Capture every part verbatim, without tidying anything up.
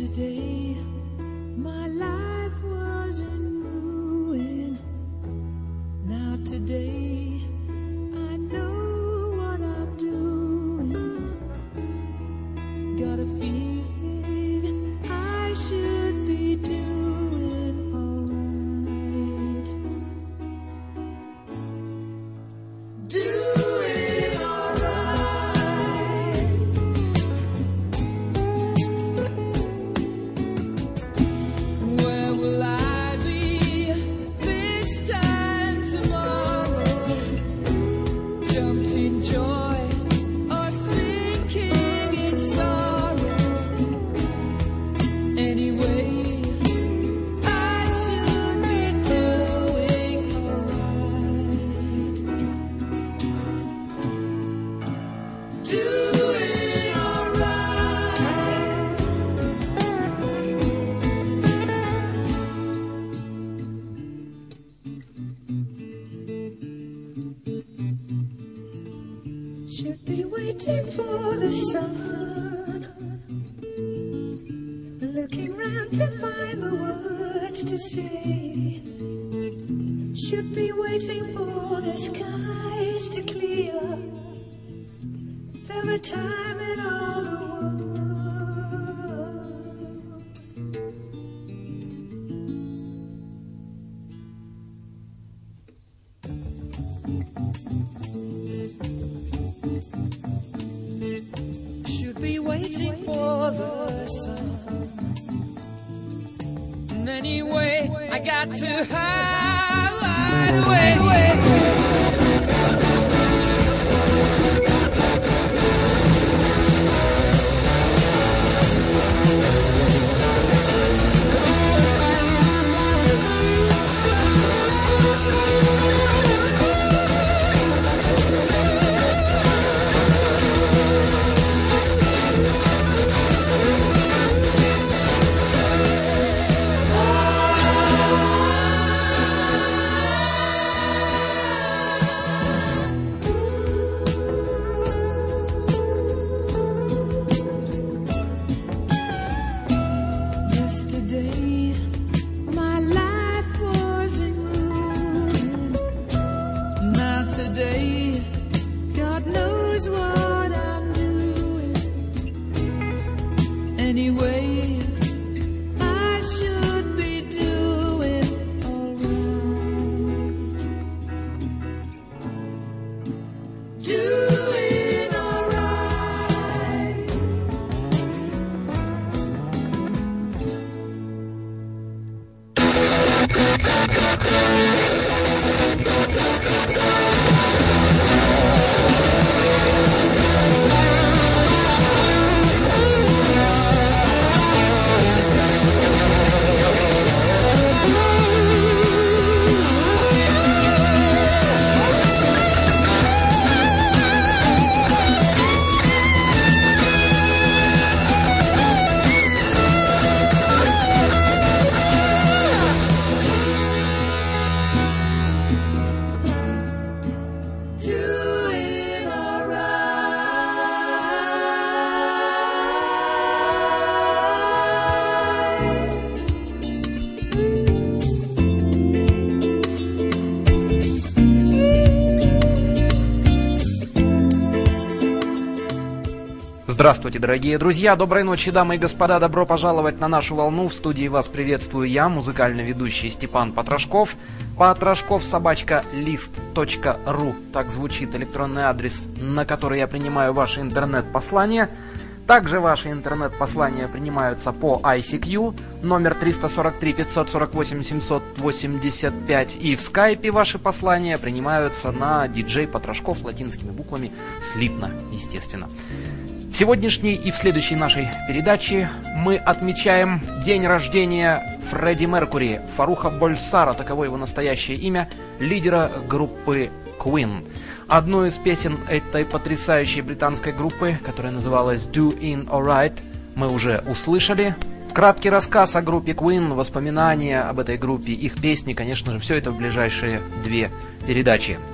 Yesterday, my life was in ruin. Now today, I know what I'm doing. Got a feeling I should be doing alright. Doing alright. Where will I be this time tomorrow? Jumped in joy or sinking in sorrow. Anyway, I should be doing alright. Doing alright. Should be waiting for the sun, looking round to find the words to say. Should be waiting for the skies to clear. There were time in all the world. Should be waiting for the sun. And anyway, I got to hide away. Yesterday, my life was in ruin. Now today, God knows what I'm doing. Anyway, I should be doing alright. Doing alright. Doing Здравствуйте, дорогие друзья, доброй ночи, дамы и господа, добро пожаловать на нашу волну. В студии вас приветствую я, музыкальный ведущий Степан Потрошков. Потрошков собачка лист точка ру, так звучит электронный адрес, на который я принимаю ваши интернет-послания. Также ваши интернет-послания принимаются по ай си кью, номер триста сорок три пятьсот сорок восемь семьсот восемьдесят пять, и в скайпе ваши послания принимаются на диджей Потрошков латинскими буквами, слитно, естественно. В сегодняшней и в следующей нашей передаче мы отмечаем день рождения Фредди Меркури, Фаруха Больсара, таково его настоящее имя, лидера группы Queen. Одну из песен этой потрясающей британской группы, которая называлась Doing Alright, мы уже услышали. Краткий рассказ о группе Queen, воспоминания об этой группе, их песни, конечно же, все это в ближайшие две передачи.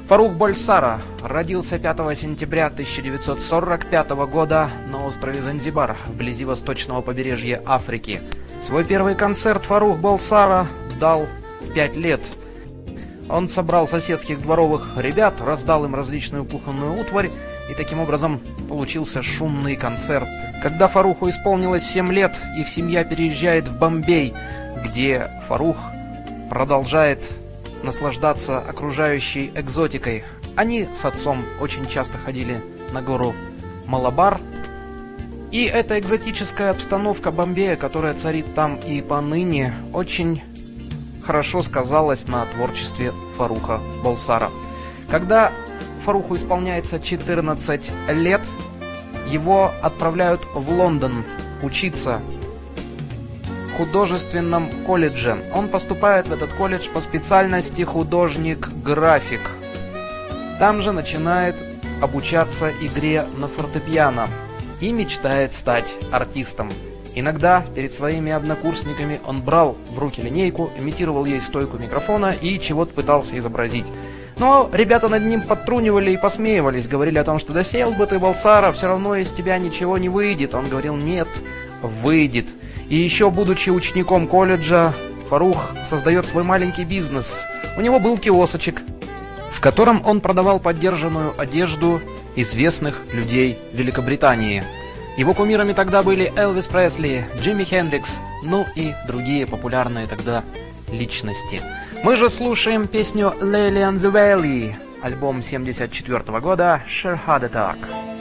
Фарух Больсара родился пятого сентября тысяча девятьсот сорок пятого года на острове Занзибар, вблизи восточного побережья Африки. Свой первый концерт Фарух Больсара дал в пять лет. Он собрал соседских дворовых ребят, раздал им различную кухонную утварь, и таким образом получился шумный концерт. Когда Фаруху исполнилось семь лет, их семья переезжает в Бомбей, где Фарух продолжает наслаждаться окружающей экзотикой. Они с отцом очень часто ходили на гору Малабар, и эта экзотическая обстановка Бомбея, которая царит там и поныне, очень хорошо сказалась на творчестве Фаруха Больсара. Когда Фаруху исполняется четырнадцать лет, его отправляют в Лондон учиться в художественном колледже. Он поступает в этот колледж по специальности художник-график. Там же начинает обучаться игре на фортепиано и мечтает стать артистом. Иногда перед своими однокурсниками он брал в руки линейку, имитировал ей стойку микрофона и чего-то пытался изобразить. Но ребята над ним подтрунивали и посмеивались, говорили о том, что да сел бы ты, Больсара, все равно из тебя ничего не выйдет. Он говорил: нет, выйдет. И еще, будучи учеником колледжа, Фарух создает свой маленький бизнес. У него был киосочек, в котором он продавал подержанную одежду известных людей Великобритании. Его кумирами тогда были Элвис Пресли, Джимми Хендрикс, ну и другие популярные тогда личности. Мы же слушаем песню Lily and the Valley, альбом семьдесят четвёртого года, Sheer Heart Attack.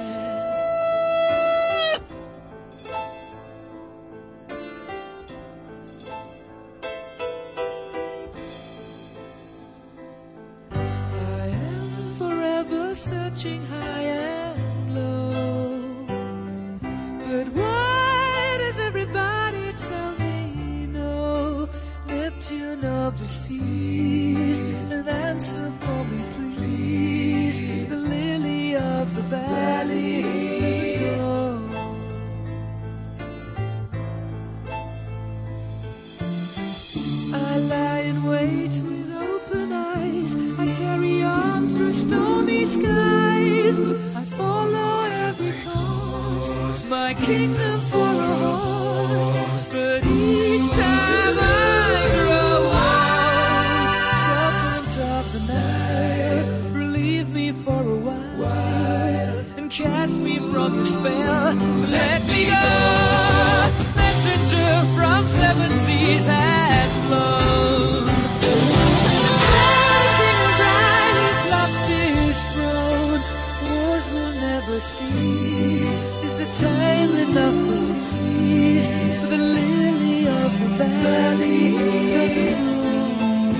Searching high and low, but why does everybody tell me no? Neptune of the seas, an answer for me please. The lily of the valley is gone. I lie in wait with open eyes, I carry on through stormy skies. I follow every cause, my kingdom for a horse. But each time I grow old, serpent of the night, relieve me for a while and cast me from your spell. Let me go, messenger from seven seas has flown. Cease. Is the time enough for peace? The lily of the valley doesn't bloom.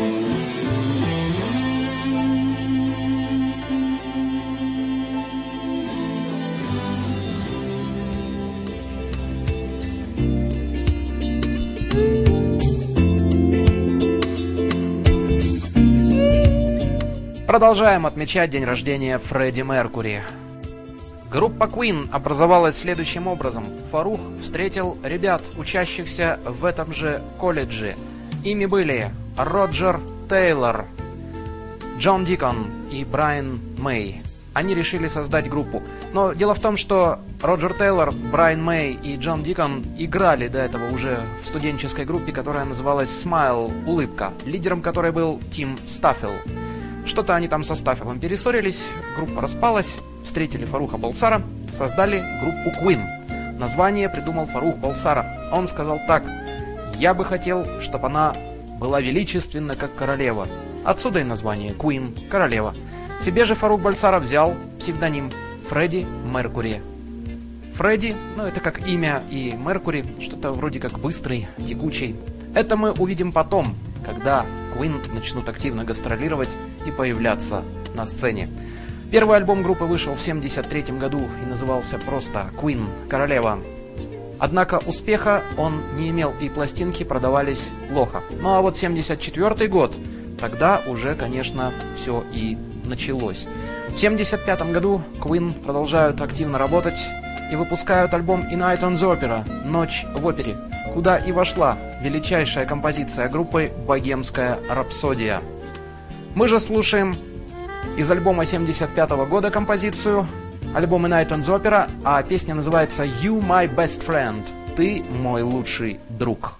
Продолжаем отмечать день рождения Фредди Меркьюри. Группа Queen образовалась следующим образом. Фарух встретил ребят, учащихся в этом же колледже. Ими были Роджер Тейлор, Джон Дикон и Брайан Мэй. Они решили создать группу. Но дело в том, что Роджер Тейлор, Брайан Мэй и Джон Дикон играли до этого уже в студенческой группе, которая называлась Smile, улыбка, лидером которой был Тим Стаффел. Что-то они там со Стаффелом перессорились, группа распалась, встретили Фаруха Больсара, создали группу Queen. Название придумал Фарух Больсара. Он сказал так: «Я бы хотел, чтобы она была величественна, как королева». Отсюда и название Queen, королева. Себе же Фарух Больсара взял псевдоним Фредди Меркьюри. Фредди, ну это как имя, и Меркьюри, что-то вроде как быстрый, текучий. Это мы увидим потом, когда Queen начнут активно гастролировать и появляться на сцене. Первый альбом группы вышел в семьдесят третьем году и назывался просто Queen, королева. Однако успеха он не имел, и пластинки продавались плохо. Ну а вот семьдесят четвёртый год, тогда уже, конечно, все и началось. В семьдесят пятом году Queen продолжают активно работать и выпускают альбом A Night on the Opera, Ночь в опере, куда и вошла величайшая композиция группы «Богемская рапсодия». Мы же слушаем Из альбома семьдесят пятого года композицию, альбом A Night on the Opera, а песня называется You My Best Friend, ты мой лучший друг.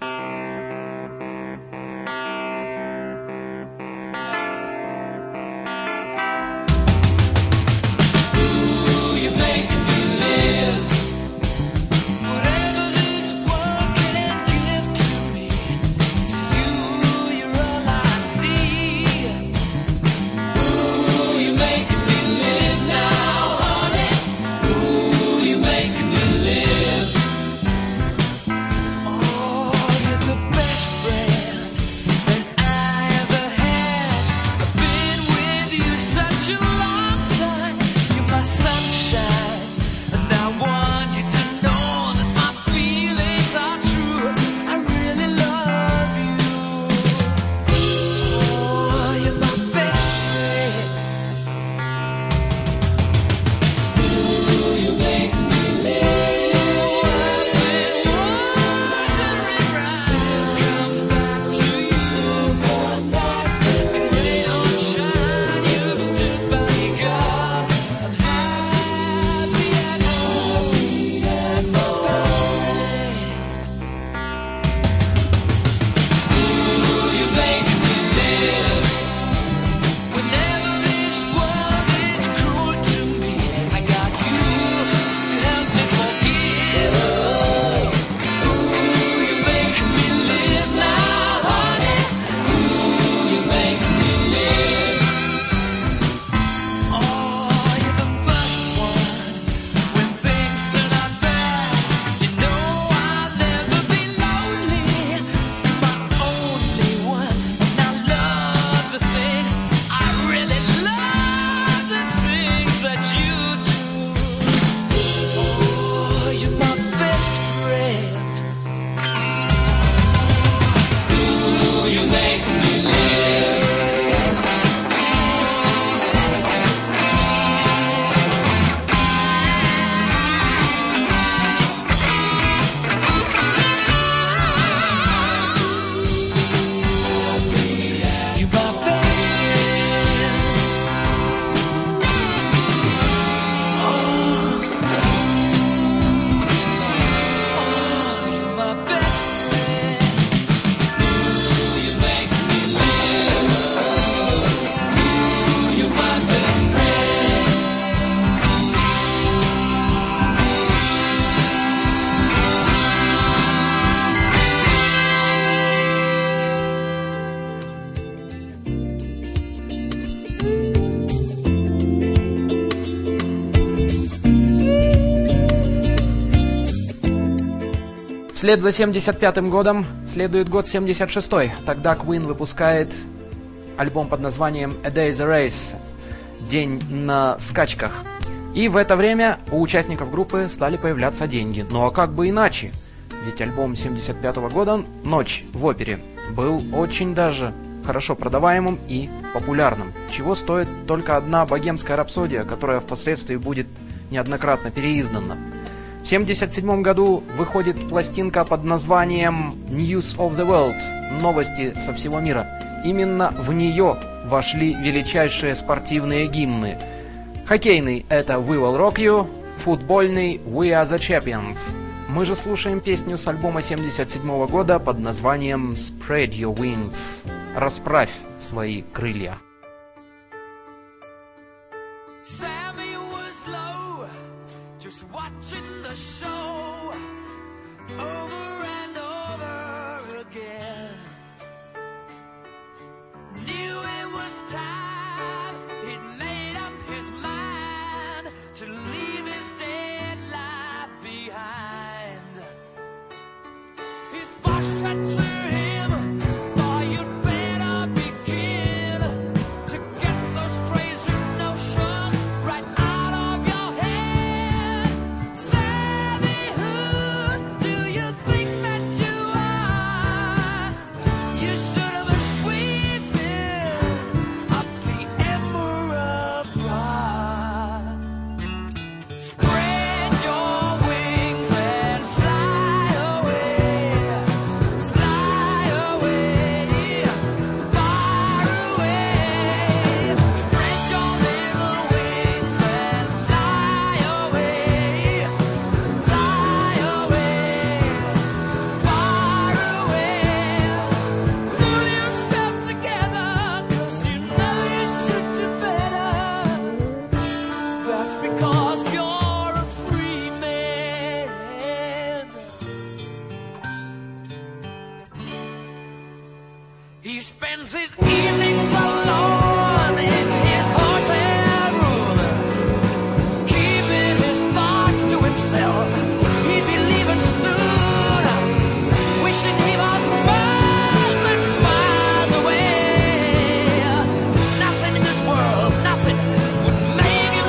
Вслед за семьдесят пятым годом следует год семьдесят шестой. Тогда Queen выпускает альбом под названием A Day's a Race, день на скачках. И в это время у участников группы стали появляться деньги. Ну а как бы иначе? Ведь альбом семьдесят пятого года «Ночь в опере» был очень даже хорошо продаваемым и популярным. Чего стоит только одна богемская рапсодия, которая впоследствии будет неоднократно переиздана. В семьдесят седьмом году выходит пластинка под названием News of the World – новости со всего мира. Именно в нее вошли величайшие спортивные гимны. Хоккейный – это We Will Rock You, футбольный – We Are the Champions. Мы же слушаем песню с альбома семьдесят седьмого года под названием Spread Your Wings – расправь свои крылья. Said to him, boy, you'd better begin. spends his evenings alone in his hotel room, keeping his thoughts to himself. He'd be leaving soon, wishing he was miles and miles away. Nothing in this world, nothing would make him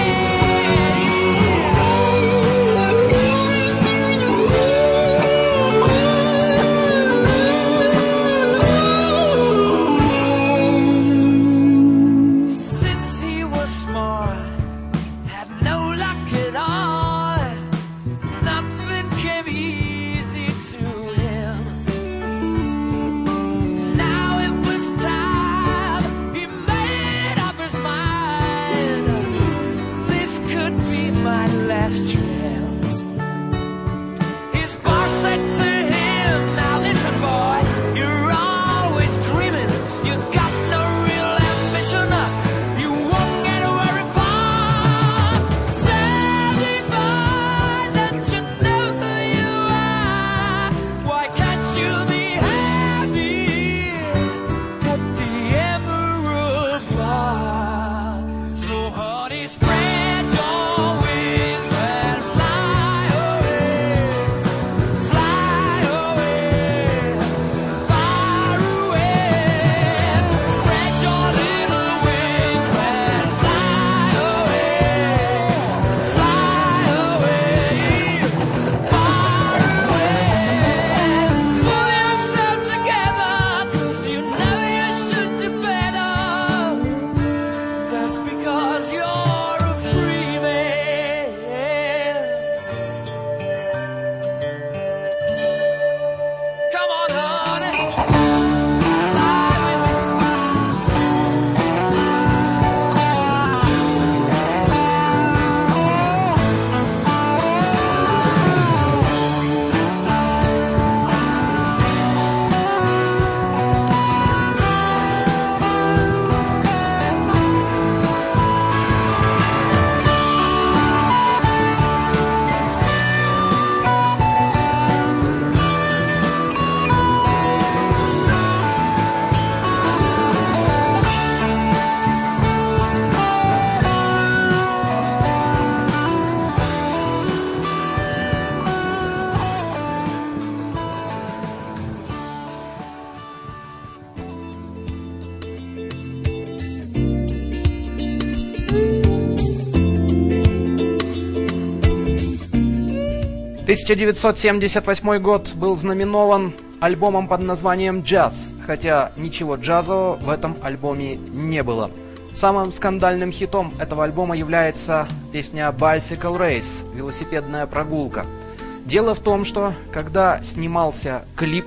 тысяча девятьсот семьдесят восьмой год был знаменован альбомом под названием «Джаз», хотя ничего джазового в этом альбоме не было. Самым скандальным хитом этого альбома является песня «Bicycle Race» — «Велосипедная прогулка». Дело в том, что когда снимался клип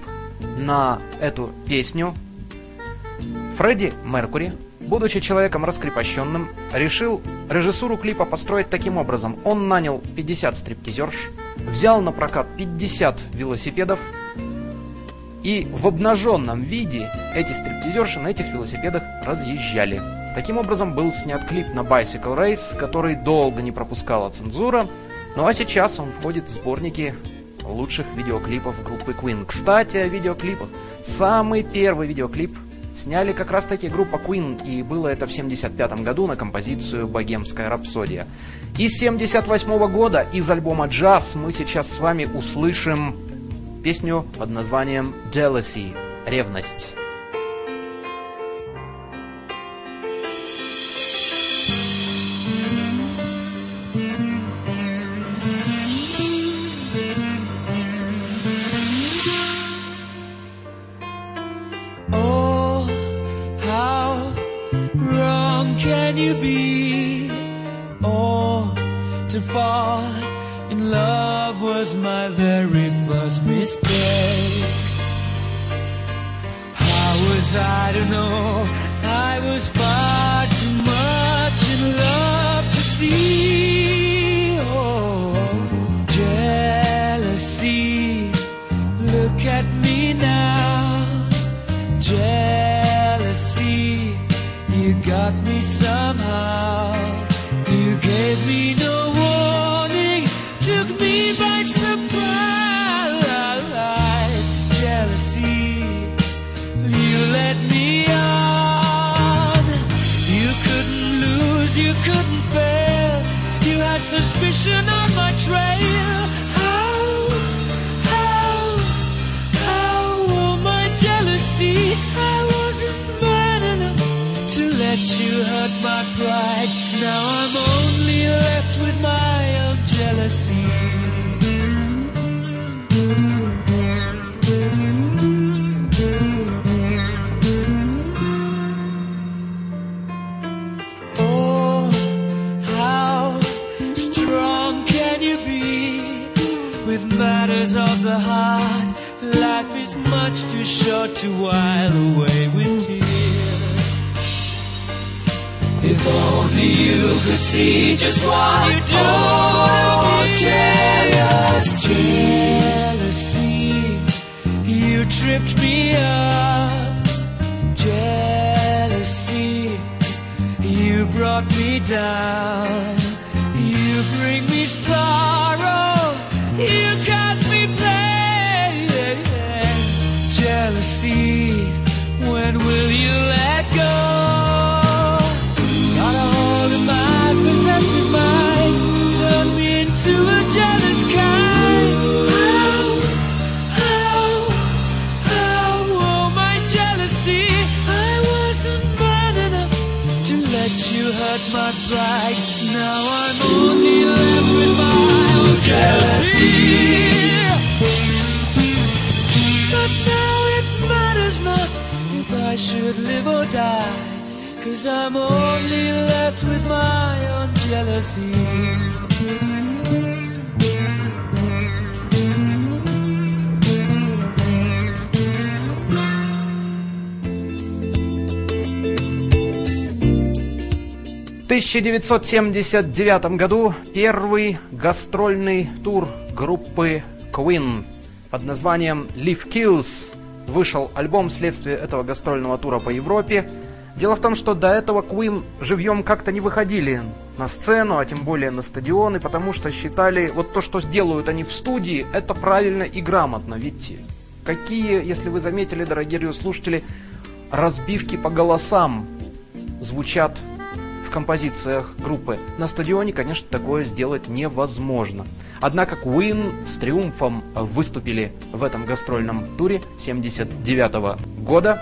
на эту песню, Фредди Меркури, будучи человеком раскрепощенным, решил режиссуру клипа построить таким образом. Он нанял пятьдесят стриптизерш, взял на прокат пятьдесят велосипедов, и в обнаженном виде эти стриптизерши на этих велосипедах разъезжали. Таким образом был снят клип на Bicycle Race, который долго не пропускала цензура, ну а сейчас он входит в сборники лучших видеоклипов группы Queen. Кстати, о видеоклипах. Самый первый видеоклип сняли как раз таки группа Queen, и было это в семьдесят пятом году на композицию «Богемская рапсодия». Из семьдесят восьмого года из альбома «Джаз» мы сейчас с вами услышим песню под названием «Jealousy» — «Ревность». Can you be? Oh, to fall in love was my very first mistake. How was I to know I was far too much in love to see? Oh, jealousy, look at me now. Jealousy, you got me somehow. You gave me no warning, took me by surprise. Jealousy, you let suspicion on my trail. How, how, how, oh my jealousy, I wasn't man enough to let you hurt my pride. Now I'm only left with my own jealousy. Oh, how strong can you be with matters of the heart? Life is much too short to while away with tears. If only you could see just what you do. Oh, jealousy, jealousy, you tripped me up. Jealousy, you brought me down. You bring me sorrow, you cause me pain. Jealousy, when will you let go? Got a hold of my possessive mind, turn me into a jealous kind. How, how, how, oh my jealousy, I wasn't man enough to let you hurt my pride. Now I'm only left with my own jealousy. But now it matters not if I should live or die, 'cause I'm only left with my own jealousy. В тысяча девятьсот семьдесят девятом году первый гастрольный тур группы Queen под названием Live Kills. Вышел альбом вследствие этого гастрольного тура по Европе. Дело в том, что до этого Queen живьем как-то не выходили на сцену, а тем более на стадионы, потому что считали, вот то, что сделают они в студии, это правильно и грамотно. Ведь какие, если вы заметили, дорогие радиослушатели, разбивки по голосам звучат в композициях группы. На стадионе, конечно, такое сделать невозможно. Однако Queen с триумфом выступили в этом гастрольном туре семьдесят девятого года.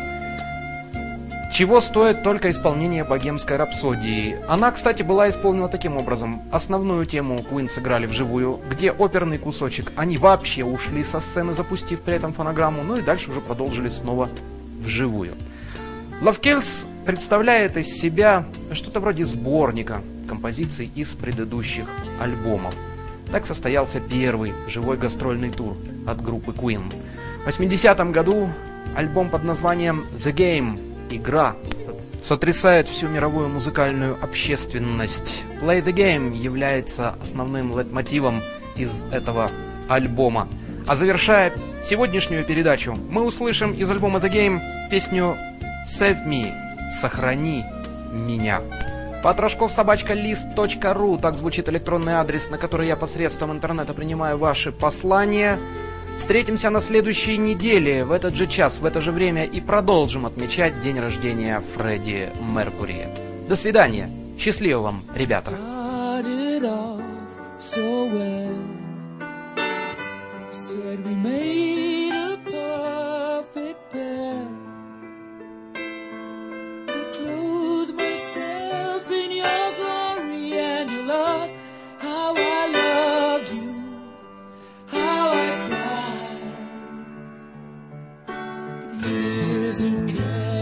Чего стоит только исполнение «Богемской рапсодии». Она, кстати, была исполнена таким образом. Основную тему Queen сыграли вживую, где оперный кусочек они вообще ушли со сцены, запустив при этом фонограмму, ну и дальше уже продолжили снова вживую. Love Kills представляет из себя что-то вроде сборника композиций из предыдущих альбомов. Так состоялся первый живой гастрольный тур от группы Queen. В восьмидесятом году альбом под названием The Game — Игра сотрясает всю мировую музыкальную общественность. Play the Game является основным лейтмотивом из этого альбома. А завершая сегодняшнюю передачу, мы услышим из альбома The Game песню Save Me — Сохрани меня. Потрошков собака лист точка ру, так звучит электронный адрес, на который я посредством интернета принимаю ваши послания. Встретимся на следующей неделе, в этот же час, в это же время, и продолжим отмечать день рождения Фредди Меркьюри. До свидания. Счастливо вам, ребята. Years of care.